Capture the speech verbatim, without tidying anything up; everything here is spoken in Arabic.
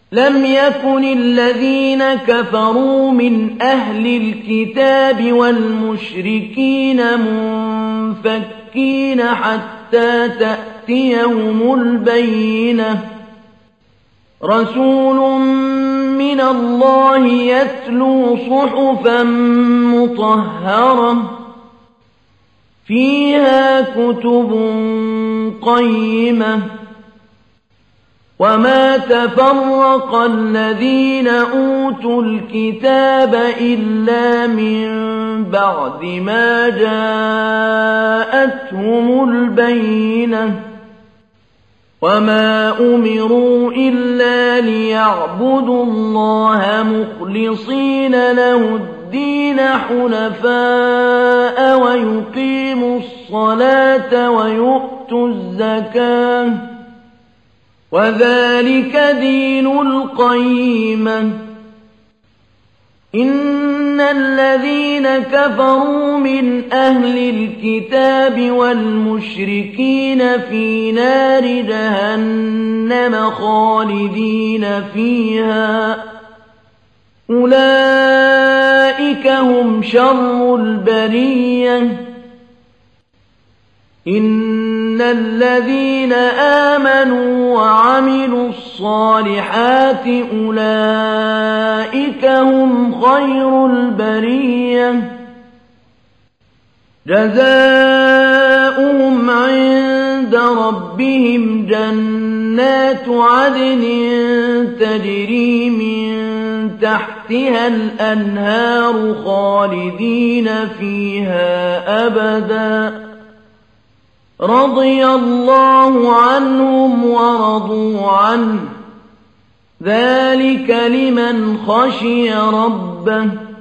لم يكن الذين كفروا من أهل الكتاب والمشركين منفكين حتى تأتيهم البينة رسول من الله يتلو صحفا مطهرة فيها كتب قيمة وما تفرق الذين أوتوا الكتاب إلا من بعد ما جاءتهم البينة وما أمروا إلا ليعبدوا الله مخلصين له الدين حنفاء ويقيموا الصلاة ويؤتوا الزكاة وذلك دين القيمة إن الذين كفروا من أهل الكتاب والمشركين في نار جهنم خالدين فيها أولئك هم شر البرية إن الذين آمنوا وعملوا الصالحات أولئك هم خير البرية جزاؤهم عند ربهم جنات عدن تجري من تحتها الأنهار خالدين فيها أبداً رضي الله عنهم ورضوا عنه ذلك لمن خشي ربه